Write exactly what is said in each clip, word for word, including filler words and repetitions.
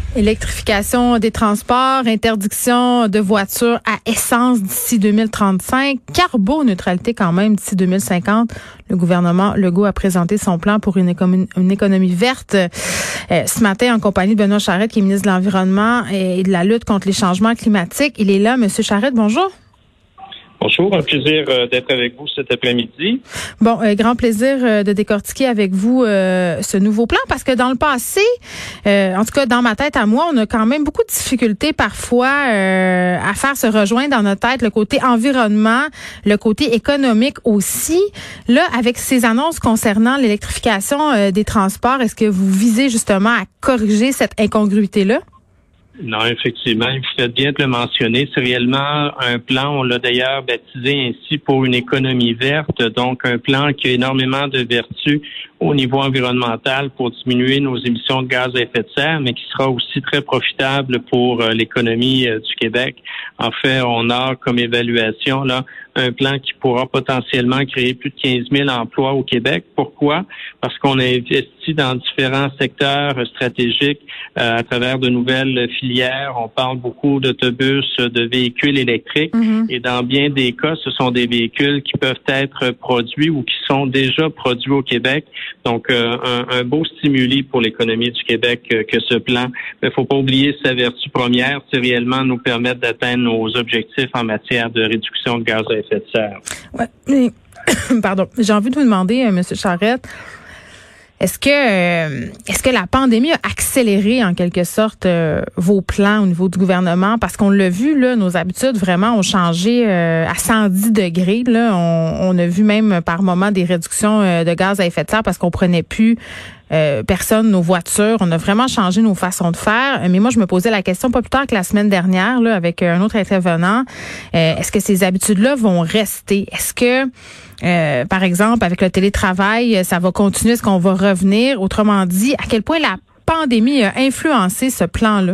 Électrification des transports, interdiction de voitures à essence d'ici deux mille trente-cinq, carboneutralité quand même d'ici deux mille cinquante. Le gouvernement Legault a présenté son plan pour une économie, une économie verte euh, ce matin en compagnie de Benoît Charette, qui est ministre de l'Environnement et de la lutte contre les changements climatiques. Il est là, Monsieur Charette, bonjour. Bonjour, un plaisir euh, d'être avec vous cet après-midi. Bon, euh, grand plaisir euh, de décortiquer avec vous euh, ce nouveau plan, parce que dans le passé, euh, en tout cas dans ma tête à moi, on a quand même beaucoup de difficultés parfois euh, à faire se rejoindre dans notre tête le côté environnement, le côté économique aussi. Là, avec ces annonces concernant l'électrification euh, des transports, est-ce que vous visez justement à corriger cette incongruité-là? Non, effectivement, vous faites bien de le mentionner. C'est réellement un plan, on l'a d'ailleurs baptisé ainsi, pour une économie verte, donc un plan qui a énormément de vertus au niveau environnemental pour diminuer nos émissions de gaz à effet de serre, mais qui sera aussi très profitable pour euh, l'économie euh, du Québec. En fait, on a comme évaluation là un plan qui pourra potentiellement créer plus de quinze mille emplois au Québec. Pourquoi? Parce qu'on a investi dans différents secteurs stratégiques euh, à travers de nouvelles filières. On parle beaucoup d'autobus, de véhicules électriques, mm-hmm. et dans bien des cas, ce sont des véhicules qui peuvent être produits ou qui sont déjà produits au Québec. Donc, euh, un, un beau stimuli pour l'économie du Québec euh, que ce plan. Mais il ne faut pas oublier sa vertu première, c'est réellement nous permettre d'atteindre nos objectifs en matière de réduction de gaz à effet de serre. Ouais, mais pardon, j'ai envie de vous demander, euh, M. Charette, est-ce que euh, est-ce que la pandémie a accéléré en quelque sorte euh, vos plans au niveau du gouvernement? Parce qu'on l'a vu, là, nos habitudes vraiment ont changé euh, à cent dix degrés. Là, on, on a vu même par moments des réductions euh, de gaz à effet de serre parce qu'on prenait plus Euh, personne, nos voitures. On a vraiment changé nos façons de faire. Mais moi, je me posais la question pas plus tard que la semaine dernière, là, avec un autre intervenant. Euh, est-ce que ces habitudes-là vont rester? Est-ce que, euh, par exemple, avec le télétravail, ça va continuer? Est-ce qu'on va revenir? Autrement dit, à quel point la pandémie a influencé ce plan-là?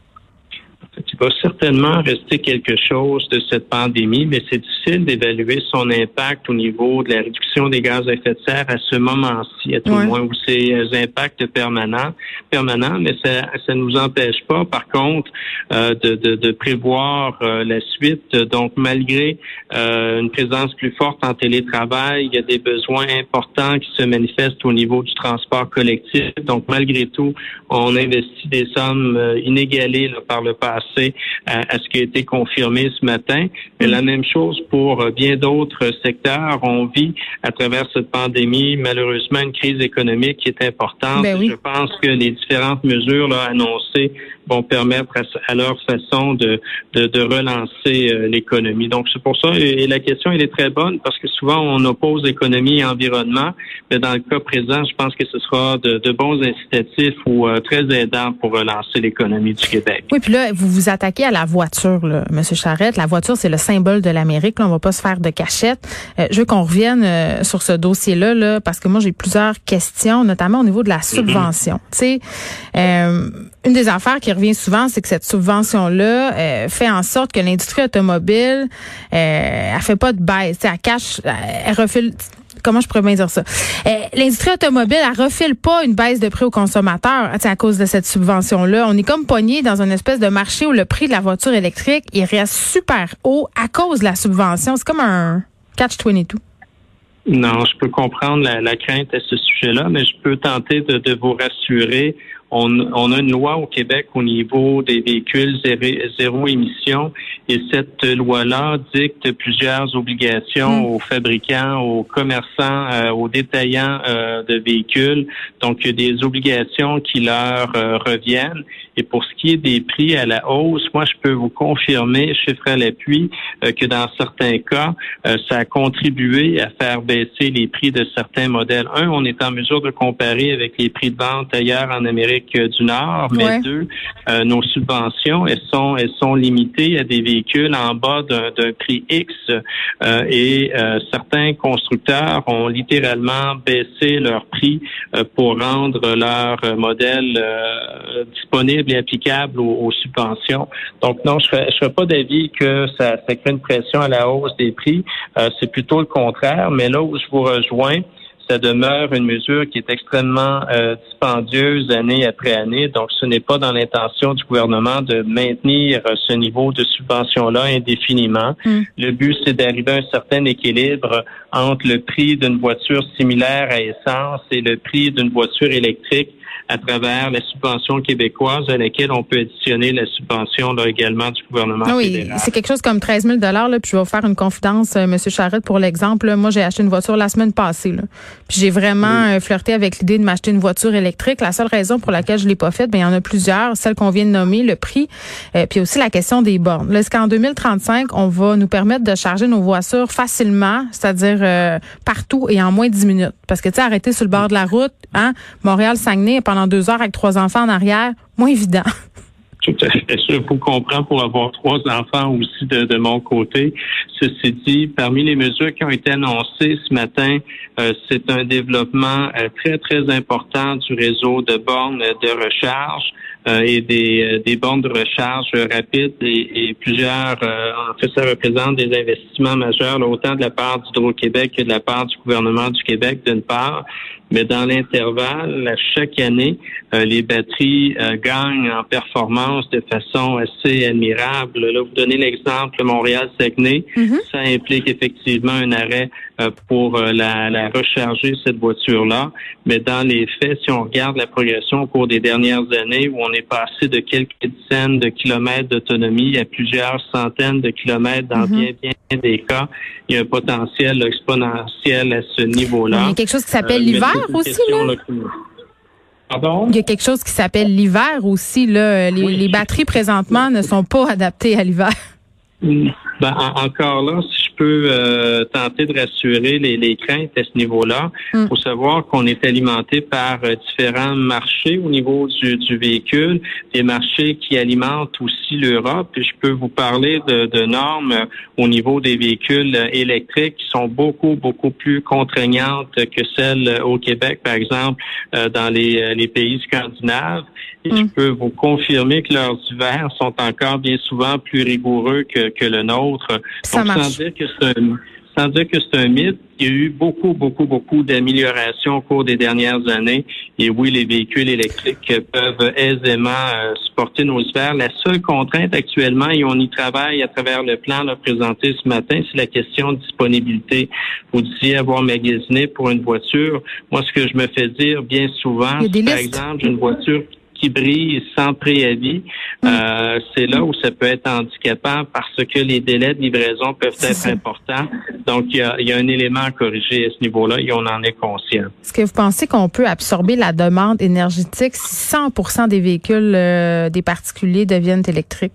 Il va certainement rester quelque chose de cette pandémie, mais c'est difficile d'évaluer son impact au niveau de la réduction des gaz à effet de serre à ce moment-ci, à tout ouais. le moins, où c'est un impact permanent, permanent, mais ça ça nous empêche pas, par contre, euh, de, de, de prévoir euh, la suite. Donc, malgré euh, une présence plus forte en télétravail, il y a des besoins importants qui se manifestent au niveau du transport collectif. Donc, malgré tout, on investit des sommes euh, inégalées là, par le passé À, à ce qui a été confirmé ce matin. Mais la même chose pour bien d'autres secteurs. On vit à travers cette pandémie, malheureusement, une crise économique qui est importante. Ben oui. Je pense que les différentes mesures là, annoncées vont permettre à, à leur façon de, de, de relancer euh, l'économie. Donc, c'est pour ça, et, et la question, elle est très bonne, parce que souvent, on oppose économie et environnement, mais dans le cas présent, je pense que ce sera de, de bons incitatifs ou euh, très aidants pour relancer l'économie du Québec. Oui, puis là, vous vous attaquez à la voiture, là, M. Charette. La voiture, c'est le symbole de l'Amérique. Là, on va pas se faire de cachette. Euh, je veux qu'on revienne euh, sur ce dossier-là, là, parce que moi, j'ai plusieurs questions, notamment au niveau de la subvention. Mm-hmm. Tu sais, euh, une des affaires qui revient souvent, c'est que cette subvention-là euh, fait en sorte que l'industrie automobile, euh, elle fait pas de baisse. Elle cache, elle refile. Comment je pourrais bien dire ça? Euh, l'industrie automobile, elle refile pas une baisse de prix aux consommateurs à cause de cette subvention-là. On est comme pogné dans une espèce de marché où le prix de la voiture électrique, il reste super haut à cause de la subvention. C'est comme un catch vingt-deux. Non, je peux comprendre la, la crainte à ce sujet-là, mais je peux tenter de, de vous rassurer. On, on a une loi au Québec au niveau des véhicules zéro, zéro émission, et cette loi-là dicte plusieurs obligations mmh. aux fabricants, aux commerçants, euh, aux détaillants euh, de véhicules. Donc, il y a des obligations qui leur euh, reviennent. Et pour ce qui est des prix à la hausse, moi, je peux vous confirmer, chiffre à l'appui, euh, que dans certains cas, euh, ça a contribué à faire baisser les prix de certains modèles. Un, on est en mesure de comparer avec les prix de vente ailleurs en Amérique du Nord, mais ouais. deux, euh, nos subventions, elles sont elles sont limitées à des véhicules en bas d'un, d'un prix X, euh, et euh, certains constructeurs ont littéralement baissé leur prix euh, pour rendre leur modèle euh, disponible et applicable aux, aux subventions. Donc non, je ne ferai pas d'avis que ça, ça crée une pression à la hausse des prix. Euh, c'est plutôt le contraire, mais là où je vous rejoins, ça demeure une mesure qui est extrêmement euh, dispendieuse année après année. Donc, ce n'est pas dans l'intention du gouvernement de maintenir ce niveau de subvention-là indéfiniment. Mm. Le but, c'est d'arriver à un certain équilibre entre le prix d'une voiture similaire à essence et le prix d'une voiture électrique à travers la subvention québécoise à laquelle on peut additionner la subvention là, également du gouvernement oui, fédéral. Oui, c'est quelque chose comme treize mille dollars là, puis je vais vous faire une confidence, euh, M. Charette, pour l'exemple. Là, moi, j'ai acheté une voiture la semaine passée. Là, puis j'ai vraiment oui. euh, flirté avec l'idée de m'acheter une voiture électrique. La seule raison pour laquelle je l'ai pas faite, ben il y en a plusieurs. Celle qu'on vient de nommer, le prix, euh, puis aussi la question des bornes. Là, est-ce qu'en deux mille trente-cinq, on va nous permettre de charger nos voitures facilement, c'est-à-dire euh, partout et en moins de dix minutes? Parce que, tu sais, arrêter sur le bord de la route, hein, Montréal-Saguenay, pendant deux heures avec trois enfants en arrière, moins évident. Tout à fait. Je vous comprends pour avoir trois enfants aussi de, de mon côté. Ceci dit, parmi les mesures qui ont été annoncées ce matin, euh, c'est un développement euh, très, très important du réseau de bornes de recharge euh, et des, euh, des bornes de recharge rapides et, et plusieurs, euh, en fait, ça représente des investissements majeurs, là, autant de la part d'Hydro-Québec que de la part du gouvernement du Québec, d'une part. Mais dans l'intervalle, à chaque année, euh, les batteries euh, gagnent en performance de façon assez admirable. Là, vous donnez l'exemple Montréal-Saguenay. Mm-hmm. Ça implique effectivement un arrêt euh, pour euh, la, la recharger, cette voiture-là. Mais dans les faits, si on regarde la progression au cours des dernières années, où on est passé de quelques dizaines de kilomètres d'autonomie à plusieurs centaines de kilomètres dans mm-hmm. bien, bien des cas, il y a un potentiel là, exponentiel à ce niveau-là. Il y a quelque chose qui s'appelle euh, l'hiver aussi, là? là qui... Pardon? Il y a quelque chose qui s'appelle l'hiver aussi, là. Les, oui. les batteries présentement ne sont pas adaptées à l'hiver. Ben, en, encore là, si je peux euh, tenter de rassurer les, les craintes à ce niveau-là, il mm. faut savoir qu'on est alimenté par euh, différents marchés au niveau du, du véhicule, des marchés qui alimentent aussi l'Europe. Et je peux vous parler de, de normes euh, au niveau des véhicules euh, électriques qui sont beaucoup, beaucoup plus contraignantes que celles euh, au Québec, par exemple, euh, dans les, euh, les pays scandinaves. Et mm. je peux vous confirmer que leurs hivers sont encore bien souvent plus rigoureux que, que le nôtre. Ça Donc, marche. sans dire que c'est un, sans dire que c'est un mythe, il y a eu beaucoup, beaucoup, beaucoup d'améliorations au cours des dernières années. Et oui, les véhicules électriques peuvent aisément euh, supporter nos hivers. La seule contrainte actuellement, et on y travaille à travers le plan là, présenté ce matin, c'est la question de disponibilité. Vous disiez avoir magasiné pour une voiture. Moi, ce que je me fais dire bien souvent, c'est par exemple, j'ai une voiture qui brise sans préavis, mmh. euh, c'est là où ça peut être handicapant parce que les délais de livraison peuvent c'est être ça. importants. Donc, il y a, il y a un élément à corriger à ce niveau-là et on en est conscient. Est-ce que vous pensez qu'on peut absorber la demande énergétique si cent pour cent des véhicules euh, des particuliers deviennent électriques?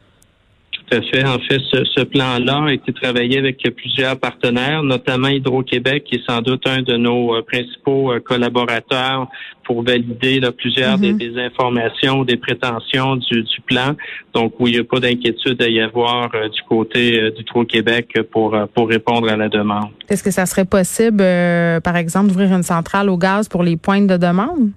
Tout à fait. En fait, ce, ce plan-là a été travaillé avec plusieurs partenaires, notamment Hydro-Québec, qui est sans doute un de nos euh, principaux euh, collaborateurs pour valider là, plusieurs mm-hmm. des, des informations, des prétentions du, du plan. Donc, oui, il n'y a pas d'inquiétude à y avoir euh, du côté euh, d'Hydro-Québec pour, euh, pour répondre à la demande. Est-ce que ça serait possible, euh, par exemple, d'ouvrir une centrale au gaz pour les pointes de demande?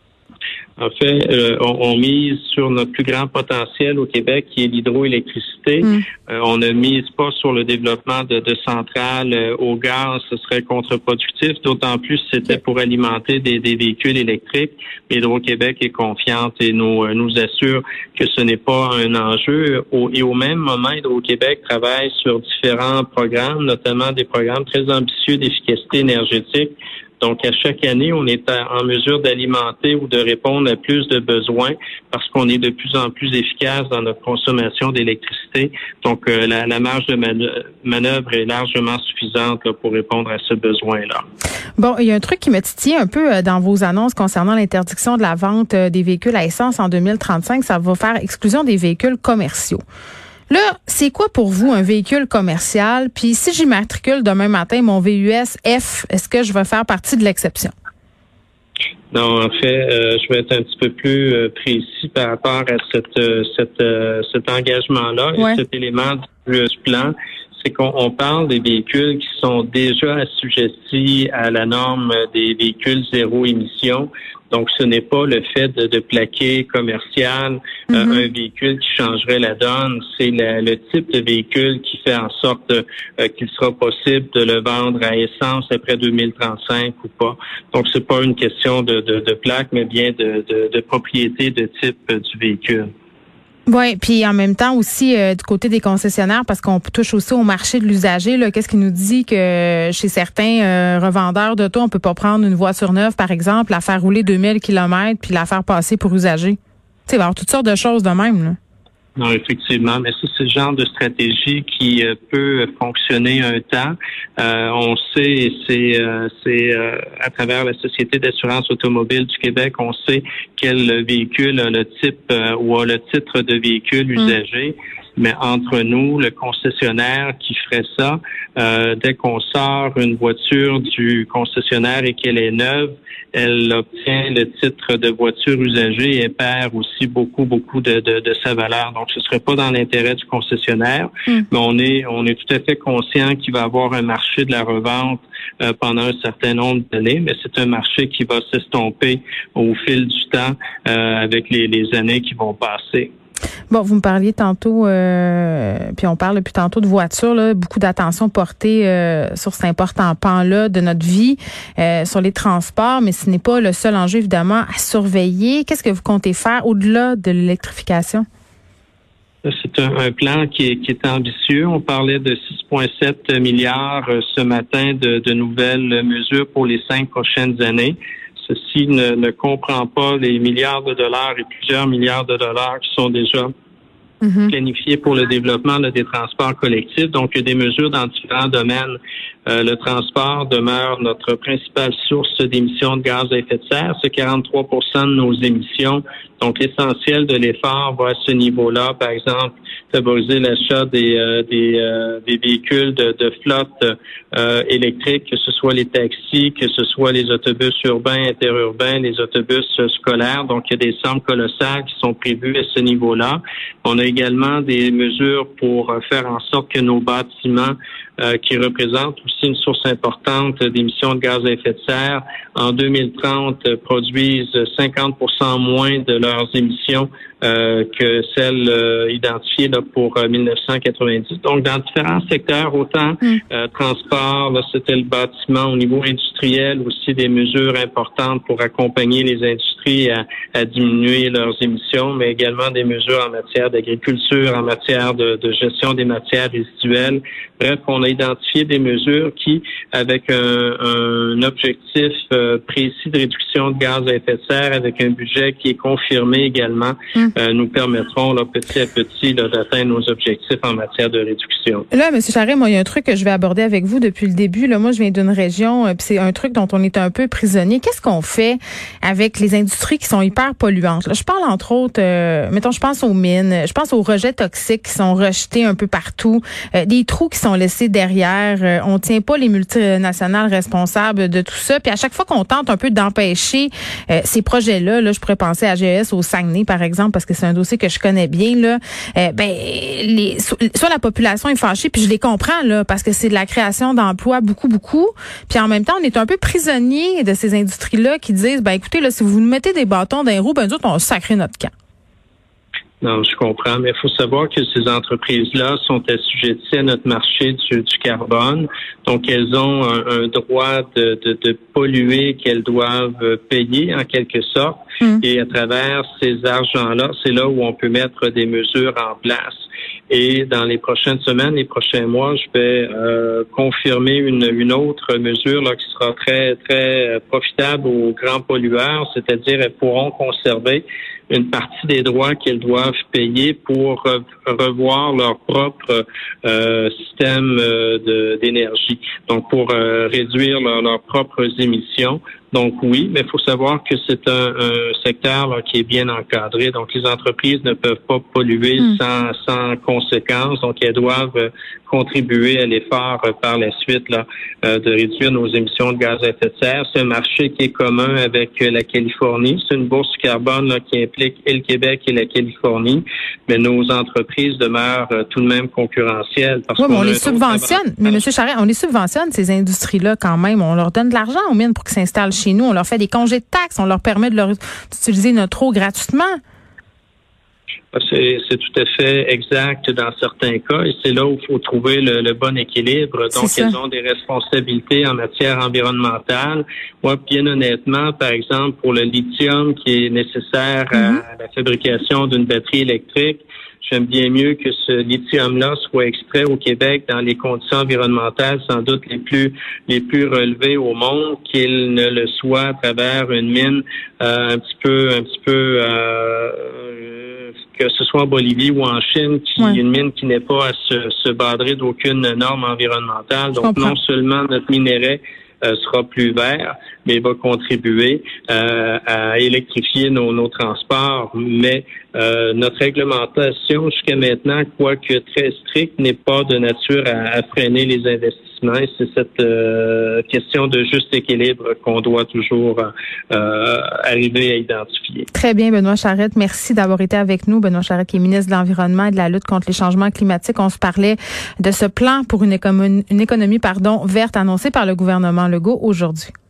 En fait, euh, on, on mise sur notre plus grand potentiel au Québec, qui est l'hydroélectricité. Mm. Euh, on ne mise pas sur le développement de, de centrales euh, au gaz. Ce serait contre-productif, d'autant plus si c'était pour alimenter des, des véhicules électriques. Hydro-Québec est confiante et nous, euh, nous assure que ce n'est pas un enjeu. Au, et au même moment, Hydro-Québec travaille sur différents programmes, notamment des programmes très ambitieux d'efficacité énergétique. Donc, à chaque année, on est en mesure d'alimenter ou de répondre à plus de besoins parce qu'on est de plus en plus efficace dans notre consommation d'électricité. Donc, euh, la, la marge de manœuvre est largement suffisante là, pour répondre à ce besoin-là. Bon, il y a un truc qui me titille un peu dans vos annonces concernant l'interdiction de la vente des véhicules à essence en deux mille trente-cinq. Ça va faire exclusion des véhicules commerciaux. Là, c'est quoi pour vous un véhicule commercial? Puis si j'immatricule demain matin mon V U S F, est-ce que je vais faire partie de l'exception? Non, en fait, euh, je vais être un petit peu plus euh, précis par rapport à cette, euh, cette, euh, cet engagement-là ouais. et cet élément du, du plan. c'est qu'on on parle des véhicules qui sont déjà assujettis à la norme des véhicules zéro émission. Donc, ce n'est pas le fait de, de plaquer commercial euh, mm-hmm. un véhicule qui changerait la donne. C'est la, le type de véhicule qui fait en sorte euh, qu'il sera possible de le vendre à essence après deux mille trente-cinq ou pas. Donc, c'est pas une question de, de, de plaque, mais bien de, de, de propriété de type euh, du véhicule. Oui, puis en même temps aussi euh, du côté des concessionnaires, parce qu'on touche aussi au marché de l'usager, là, qu'est-ce qui nous dit que chez certains euh, revendeurs d'auto, on peut pas prendre une voiture neuve, par exemple, la faire rouler deux mille kilomètres puis la faire passer pour usager? Tu sais, il va y avoir toutes sortes de choses de même, là. Non, effectivement, mais ça, c'est le genre de stratégie qui euh, peut fonctionner un temps. Euh, on sait, c'est, euh, c'est euh, à travers la Société d'assurance automobile du Québec, on sait quel véhicule a le type euh, ou a le titre de véhicule usagé. Mmh. Mais entre nous, le concessionnaire qui ferait ça, euh, dès qu'on sort une voiture du concessionnaire et qu'elle est neuve, elle obtient le titre de voiture usagée et perd aussi beaucoup, beaucoup de, de, de sa valeur. Donc, ce serait pas dans l'intérêt du concessionnaire, mmh. mais on est, on est tout à fait conscient qu'il va y avoir un marché de la revente euh, pendant un certain nombre d'années, mais c'est un marché qui va s'estomper au fil du temps euh, avec les, les années qui vont passer. Bon, vous me parliez tantôt, euh, puis on parle depuis tantôt de voitures, là, beaucoup d'attention portée euh, sur cet important pan-là de notre vie, euh, sur les transports, mais ce n'est pas le seul enjeu, évidemment, à surveiller. Qu'est-ce que vous comptez faire au-delà de l'électrification? C'est un, un plan qui est, qui est ambitieux. On parlait de six virgule sept milliards ce matin de, de nouvelles mesures pour les cinq prochaines années. Ceci ne, ne comprend pas les milliards de dollars et plusieurs milliards de dollars qui sont déjà mm-hmm. planifiés pour le développement là, des transports collectifs. Donc, il y a des mesures dans différents domaines. Euh, le transport demeure notre principale source d'émissions de gaz à effet de serre. C'est quarante-trois pour cent de nos émissions. Donc, l'essentiel de l'effort va à ce niveau-là. Par exemple, favoriser l'achat des euh, des, euh, des véhicules de, de flotte euh, électrique, que ce soit les taxis, que ce soit les autobus urbains, interurbains, les autobus euh, scolaires. Donc, il y a des sommes colossales qui sont prévues à ce niveau-là. On a également des mesures pour euh, faire en sorte que nos bâtiments Euh, qui représentent aussi une source importante d'émissions de gaz à effet de serre, en deux mille trente, euh, produisent cinquante pour cent moins de leurs émissions euh, que celles euh, identifiées là, pour euh, mille neuf cent quatre-vingt-dix. Donc, dans différents secteurs, autant mm. euh, transport, là, c'était le bâtiment, au niveau industriel, aussi des mesures importantes pour accompagner les industries à, à diminuer leurs émissions, mais également des mesures en matière d'agriculture, en matière de, de gestion des matières résiduelles. Bref, on a identifié des mesures qui, avec un, un objectif euh, précis de réduction de gaz à effet de serre, avec un budget qui est confirmé également, mmh. euh, nous permettront là, petit à petit là, d'atteindre nos objectifs en matière de réduction. Là, M. Charest, moi, il y a un truc que je vais aborder avec vous depuis le début. Là, moi, je viens d'une région, euh, puis c'est un truc dont on est un peu prisonnier. Qu'est-ce qu'on fait avec les industries qui sont hyper polluantes? Là, je parle entre autres, euh, mettons, je pense aux mines, je pense aux rejets toxiques qui sont rejetés un peu partout, euh, des trous qui sont laissés derrière. Euh, on tient pas les multinationales responsables de tout ça. Puis à chaque fois qu'on tente un peu d'empêcher euh, ces projets-là, là, je pourrais penser à G E S au Saguenay, par exemple, parce que c'est un dossier que je connais bien. Là, euh, ben, les, soit la population est fâchée, puis je les comprends là, parce que c'est de la création d'emplois beaucoup, beaucoup. Puis en même temps, on est un peu prisonnier de ces industries-là qui disent, ben écoutez, là, si vous nous mettez des bâtons dans les roues, ben nous autres, on sacré notre camp. Non, je comprends, mais il faut savoir que ces entreprises-là sont assujetties à notre marché du, du carbone. Donc, elles ont un, un droit de, de, de polluer qu'elles doivent payer en quelque sorte. Mmh. Et à travers ces argents-là, c'est là où on peut mettre des mesures en place. Et dans les prochaines semaines, les prochains mois, je vais euh, confirmer une, une autre mesure là, qui sera très, très profitable aux grands pollueurs, c'est-à-dire elles pourront conserver une partie des droits qu'elles doivent payer pour euh, revoir leur propre euh, système euh, de, d'énergie, donc pour euh, réduire leur, leurs propres émissions. Donc oui, mais il faut savoir que c'est un, un secteur là, qui est bien encadré. Donc les entreprises ne peuvent pas polluer mmh. sans, sans conséquence. Donc elles doivent euh, contribuer à l'effort euh, par la suite là, euh, de réduire nos émissions de gaz à effet de serre. C'est un marché qui est commun avec euh, la Californie. C'est une bourse carbone là, qui implique et le Québec et la Californie. Mais nos entreprises entreprises demeurent euh, tout de même concurrentielles. Parce oui, mais qu'on on a les un autre subventionne. avantage. Mais M. Charest, on les subventionne, ces industries-là, quand même. On leur donne de l'argent aux mines pour qu'ils s'installent chez nous. On leur fait des congés de taxes. On leur permet de leur d'utiliser notre eau gratuitement. C'est, c'est tout à fait exact dans certains cas et c'est là où il faut trouver le, le bon équilibre. Donc, elles ont des responsabilités en matière environnementale. Moi, bien honnêtement, par exemple, pour le lithium qui est nécessaire mm-hmm. à la fabrication d'une batterie électrique, j'aime bien mieux que ce lithium-là soit extrait au Québec dans les conditions environnementales sans doute les plus les plus relevées au monde, qu'il ne le soit à travers une mine euh, un petit peu un petit peu euh, que ce soit en Bolivie ou en Chine, qui ouais. une mine qui n'est pas à se, se badrer d'aucune norme environnementale. Donc non seulement notre minerai Euh, sera plus vert, mais va contribuer euh, à électrifier nos, nos transports. Mais euh, notre réglementation jusqu'à maintenant, quoique très stricte, n'est pas de nature à, à freiner les investissements. Et c'est cette euh, question de juste équilibre qu'on doit toujours euh, arriver à identifier. Très bien, Benoît Charette. Merci d'avoir été avec nous. Benoît Charette, qui est ministre de l'Environnement et de la lutte contre les changements climatiques. On se parlait de ce plan pour une économie, une économie pardon, verte annoncé par le gouvernement Legault aujourd'hui.